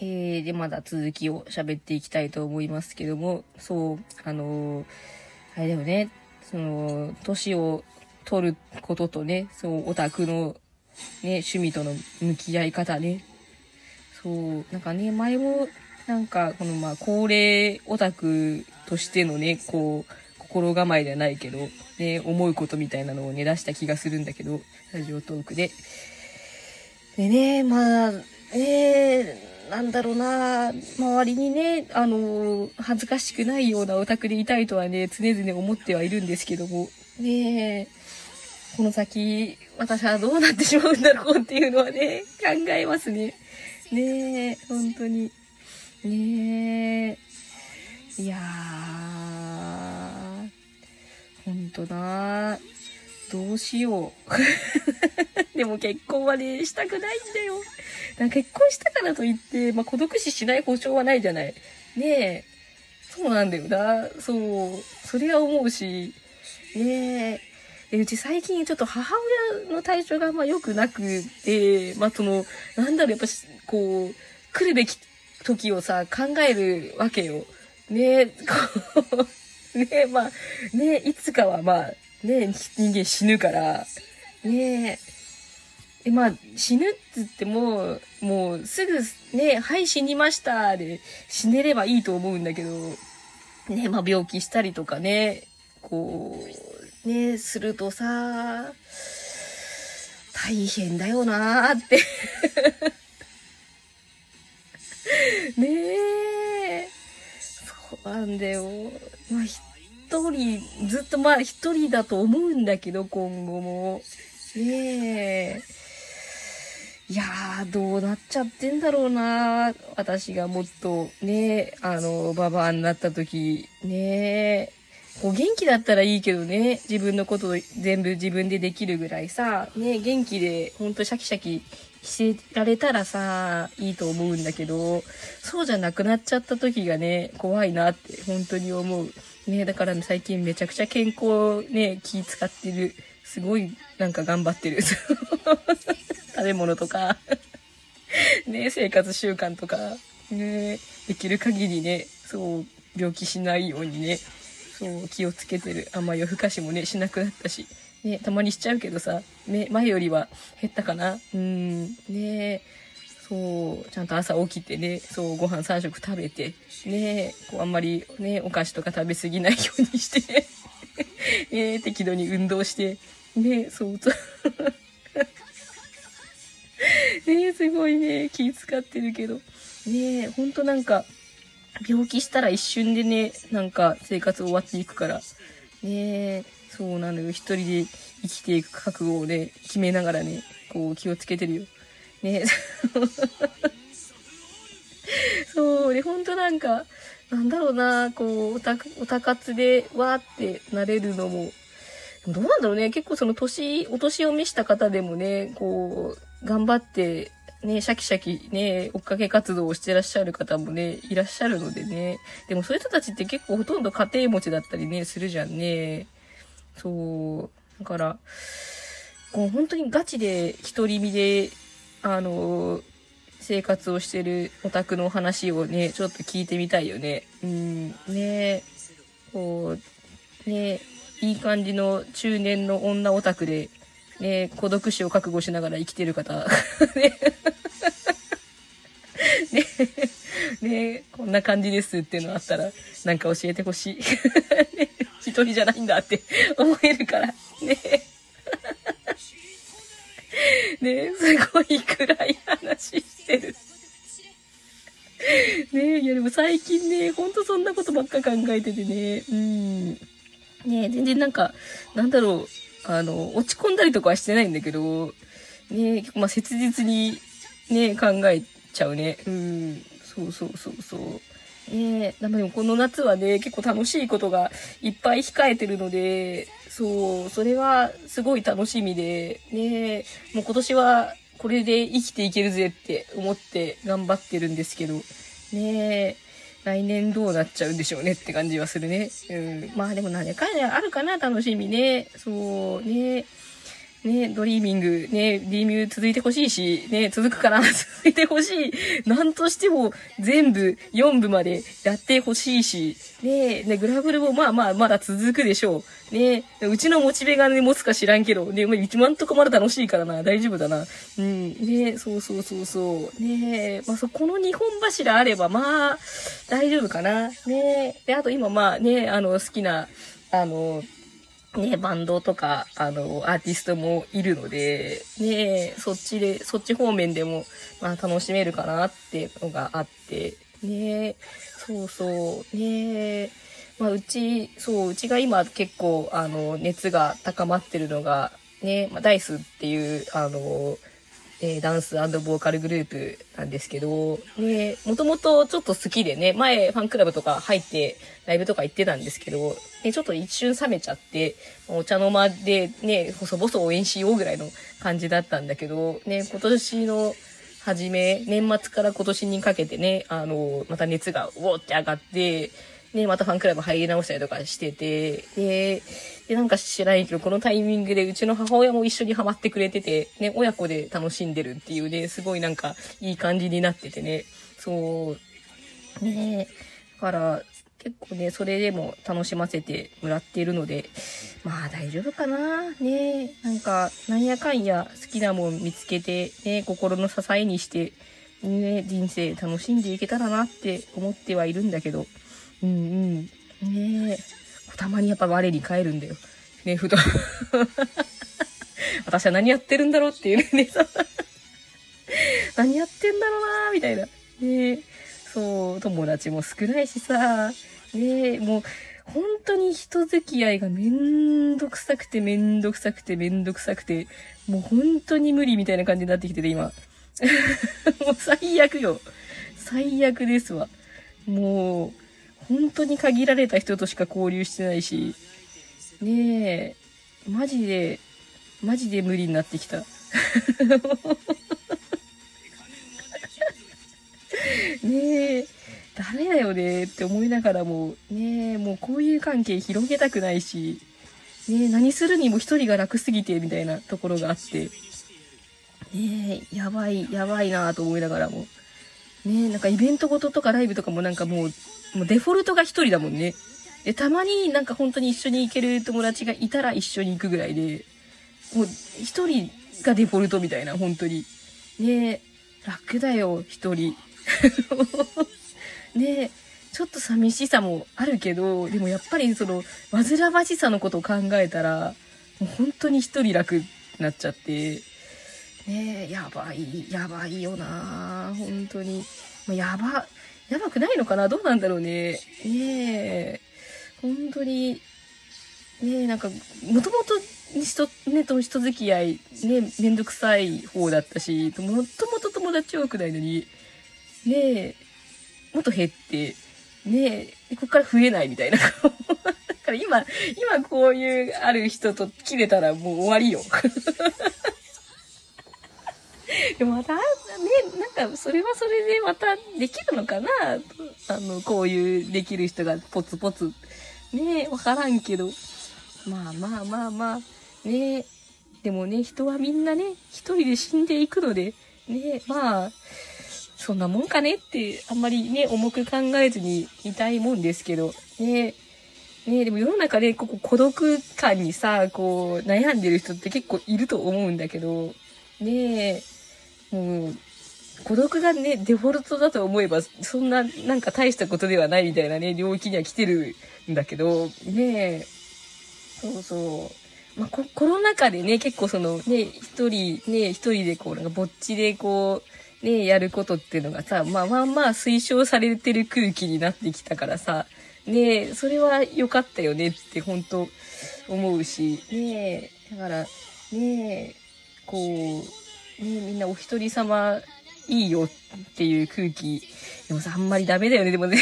で、まだ続きを喋っていきたいと思いますけども、そう、あれだよね、年を取ることとね、オタクのね、趣味との向き合い方ね。なんかね、前も、なんか、高齢オタクとしてのね、心構えではないけど、ね、思うことみたいなのをね、出した気がするんだけど、ラジオトークで。でね、なんだろうな、周りにね、恥ずかしくないようなオタクでいたいとはね、常々思ってはいるんですけども、ね、この先、私はどうなってしまうんだろうっていうのはね、考えますね。ねえ、本当に。ねえ。いやー、本当だ。どうしよう。でも結婚はね、したくないんだよ。結婚したからといって、孤独死しない保証はないじゃない。ねえ。そうなんだよな。そう。それは思うし。ねえ。うち最近ちょっと母親の体調があんま良くなくて、やっぱ来るべき時をさ、考えるわけよ。ねえ、いつかは人間死ぬから、ねえ。死ぬっつっても、もうすぐね、はい、死にましたで死ねればいいと思うんだけど、ね、病気したりとかね、するとさ、大変だよなーってねえ。そうなんだよ。ずっと一人だと思うんだけど、今後も。ねえ。いやー、どうなっちゃってんだろうな。私がもっと、ね、ババアになった時、ね、元気だったらいいけどね、自分のこと全部自分でできるぐらいさ、ね、元気で、ほんとシャキシャキしてられたらさ、いいと思うんだけど、そうじゃなくなっちゃった時がね、怖いなって、本当に思う。ね、だから最近めちゃくちゃ健康ね、気使ってる。すごい、頑張ってる。食べ物とかね、生活習慣とか、ね、できる限りね、病気しないようにね、気をつけてる。あんま夜更かしもね、しなくなったし、ね、たまにしちゃうけどさ、ね、前よりは減ったかな。ね、ちゃんと朝起きてね、ご飯3食食べて、ね、あんまりね、お菓子とか食べ過ぎないようにしてね、適度に運動して、ね、ね、すごいね、気使ってるけど。ね、ほんと病気したら一瞬でね、生活終わっていくから。ね、そうなのよ。一人で生きていく覚悟をね、決めながらね、気をつけてるよ。ね。そうで、ほんとなんだろうな、オタ活でわーってなれるのも、どうなんだろうね。結構お年を召した方でもね、頑張って、ね、シャキシャキね、追っかけ活動をしてらっしゃる方もね、いらっしゃるのでね。でもそういう人たちって結構ほとんど家庭持ちだったりね、するじゃんね。そう。だから、本当にガチで独り身で、生活をしてるオタクの話をね、ちょっと聞いてみたいよね。ね、ね、いい感じの中年の女オタクで、ね、孤独死を覚悟しながら生きてる方。ね、ね、こんな感じですっていうのあったら、教えてほしい。ね、一人じゃないんだって思えるから。ね。ね、すごい暗い話してる。ね、いやでも最近ね、ほんとそんなことばっか考えててね。ね、全然なんだろう、落ち込んだりとかはしてないんだけど、ね、切実にね、考えちゃうね。そう。ね、でもこの夏はね、結構楽しいことがいっぱい控えてるので、それはすごい楽しみで、ね、もう今年はこれで生きていけるぜって思って頑張ってるんですけど、ね、来年どうなっちゃうんでしょうねって感じはするね。でも何やかんやあるかな、楽しみね。そうね。 ね、ドリーミング、ね、D ミュー続いてほしいし、ね、続くかな続いてほしい。なんとしても全部4部までやってほしいし、ね、グラブルもまあまあまだ続くでしょう。ね、うちのモチベがね、持つか知らんけど、ね、今んとこまだ楽しいからな、大丈夫だな。うん、ね、そうそうそうそう。ね、まあこの2本柱あれば、まあ、大丈夫かな。ね、で、あと今まあね、好きな、ね、バンドとか、アーティストもいるので、ね、そっち方面でも、まあ楽しめるかなってのがあって、ね、そうそう、ね、まあうちが今結構、熱が高まってるのが、ね、まあダイスっていう、ダンス&ボーカルグループなんですけど、ね、もともとちょっと好きでね、前ファンクラブとか入ってライブとか行ってたんですけど、ね、ちょっと一瞬冷めちゃって、お茶の間でね、細々応援しようぐらいの感じだったんだけど、ね、今年の初め、年末から今年にかけてね、また熱がウォーって上がって、ね、またファンクラブ入り直したりとかしてて、で、なんか知らないけど、このタイミングでうちの母親も一緒にハマってくれてて、ね、親子で楽しんでるっていうね、すごいなんかいい感じになっててね、そう、ね、だから、結構ね、それでも楽しませてもらっているので、まあ大丈夫かな。ね、なんか、なんやかんや好きなもん見つけて、ね、心の支えにして、ね、人生楽しんでいけたらなって思ってはいるんだけど、うんうん。ねえ。たまにやっぱ我に返るんだよ。ね、ふと。私は何やってるんだろうっていうね、何やってんだろうなみたいな。ね、そう、友達も少ないしさ。ね、もう、本当に人付き合いがめんどくさくて、もう本当に無理みたいな感じになってきてて、今。もう最悪よ。最悪ですわ。もう、本当に限られた人としか交流してないし、ねえ、マジで無理になってきた。ねえ、ダメだよねって思いながらも、ねえ、もうこういう関係広げたくないし、ねえ、何するにも一人が楽すぎてみたいなところがあって、ねえ、やばいなと思いながらも。ねえ、なんかイベントごととかライブとかもなんかもうデフォルトが一人だもんね。で、たまになんか本当に一緒に行ける友達がいたら一緒に行くぐらいで、もう一人がデフォルトみたいな、本当に。ねえ、楽だよ、一人。ねえ、ちょっと寂しさもあるけど、でもやっぱりその、煩わしさのことを考えたら、もう本当に一人楽になっちゃって、ねえ、やばいよな本当に。まあ、やばくないのかなどうなんだろうね。ねえ、本当に、ねえ、なんか、もともと人付き合い、ね、めんどくさい方だったし、もともと友達多くないのに、ねえ、もっと減って、ねえ、ここから増えないみたいな。だから今こういうある人と切れたらもう終わりよ。でもまた、ね、なんか、それはそれでまたできるのかなこういうできる人がポツポツ。ねわからんけど。まあ。ねでもね、人はみんなね、一人で死んでいくので、ねまあ、そんなもんかねって、あんまりね、重く考えずにいたいもんですけど、ねでも世の中で、ここ孤独感にさ、こう、悩んでる人って結構いると思うんだけど、ねもう、孤独がね、デフォルトだと思えば、そんな、なんか大したことではないみたいなね、領域には来てるんだけど、ねそうそう。まあ、コロナ禍でね、結構そのね、一人でこう、なんかぼっちでこう、ね、やることっていうのがさ、まあ推奨されてる空気になってきたからさ、ねそれは良かったよねって本当思うし、ねだから、ねこう、みんなお一人様いいよっていう空気、でもさ、あんまりダメだよね、でもね。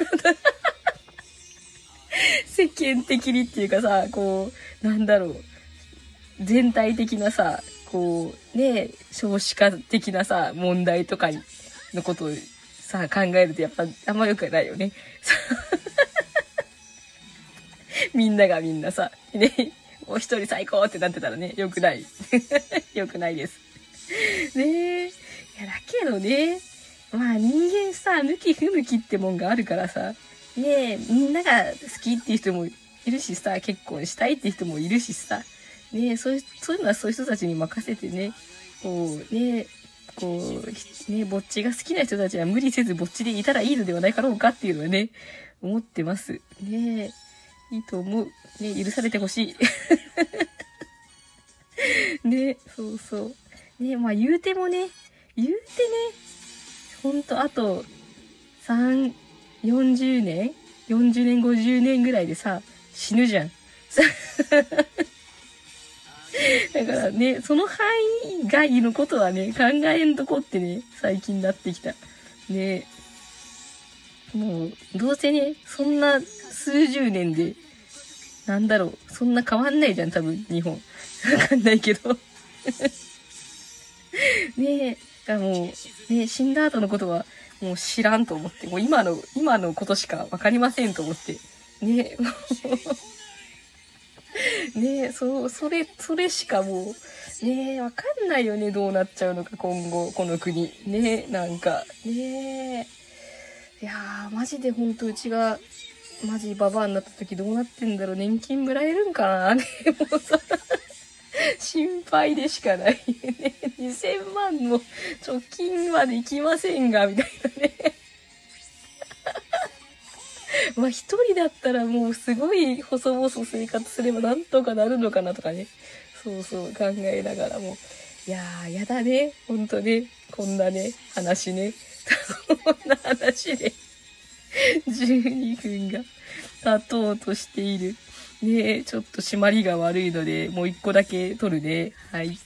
世間的にっていうかさ、こう、なんだろう。全体的なさ、こう、ね、少子化的なさ、問題とかのことをさ、考えるとやっぱあんま良くないよね。みんながみんなさ、ね、 お一人最高ってなってたらね、よくない。よくないです。ねえ。いや、だけどね、まあ人間さ、向き不向きってもんがあるからさ、ねえ、みんなが好きっていう人もいるしさ、結婚したいっていう人もいるしさ、ねえ、そういうのはそういう人たちに任せてね、こうね、こう、ね、ぼっちが好きな人たちは無理せずぼっちでいたらいいのではないかろうかっていうのはね、思ってます。ねえ、いいと思う。ね、許されてほしい。ね、そうそう。ね、まあ言うてね、ほんとあと、40年 ?40 年、50年ぐらいでさ、死ぬじゃん。だからね、その範囲外のことはね、考えんとこってね、最近なってきた。ね、もう、どうせね、そんな数十年で、なんだろう、そんな変わんないじゃん、多分、日本。わかんないけど。ねえ、だからもう、ね、死んだ後のことは、もう知らんと思って、もう今のことしかわかりませんと思って。ねえ、ねえ、それしかもう、ねえ、わかんないよね、どうなっちゃうのか、今後、この国。ねえ、なんか、ねえ。いやー、マジでほんとうちが、マジババアになった時どうなってんだろう、年金もらえるんかなね、もうさ、心配でしかない。ね、2000万も貯金まで行きませんが、みたいなね。まあ一人だったらもうすごい細々生活すればなんとかなるのかなとかね。そうそう考えながらも。いやー、やだね。ほんとね。こんなね、話ね。こんな話で12分が経とうとしている。ねえ、ちょっと締まりが悪いので、もう一個だけ撮るね。はい。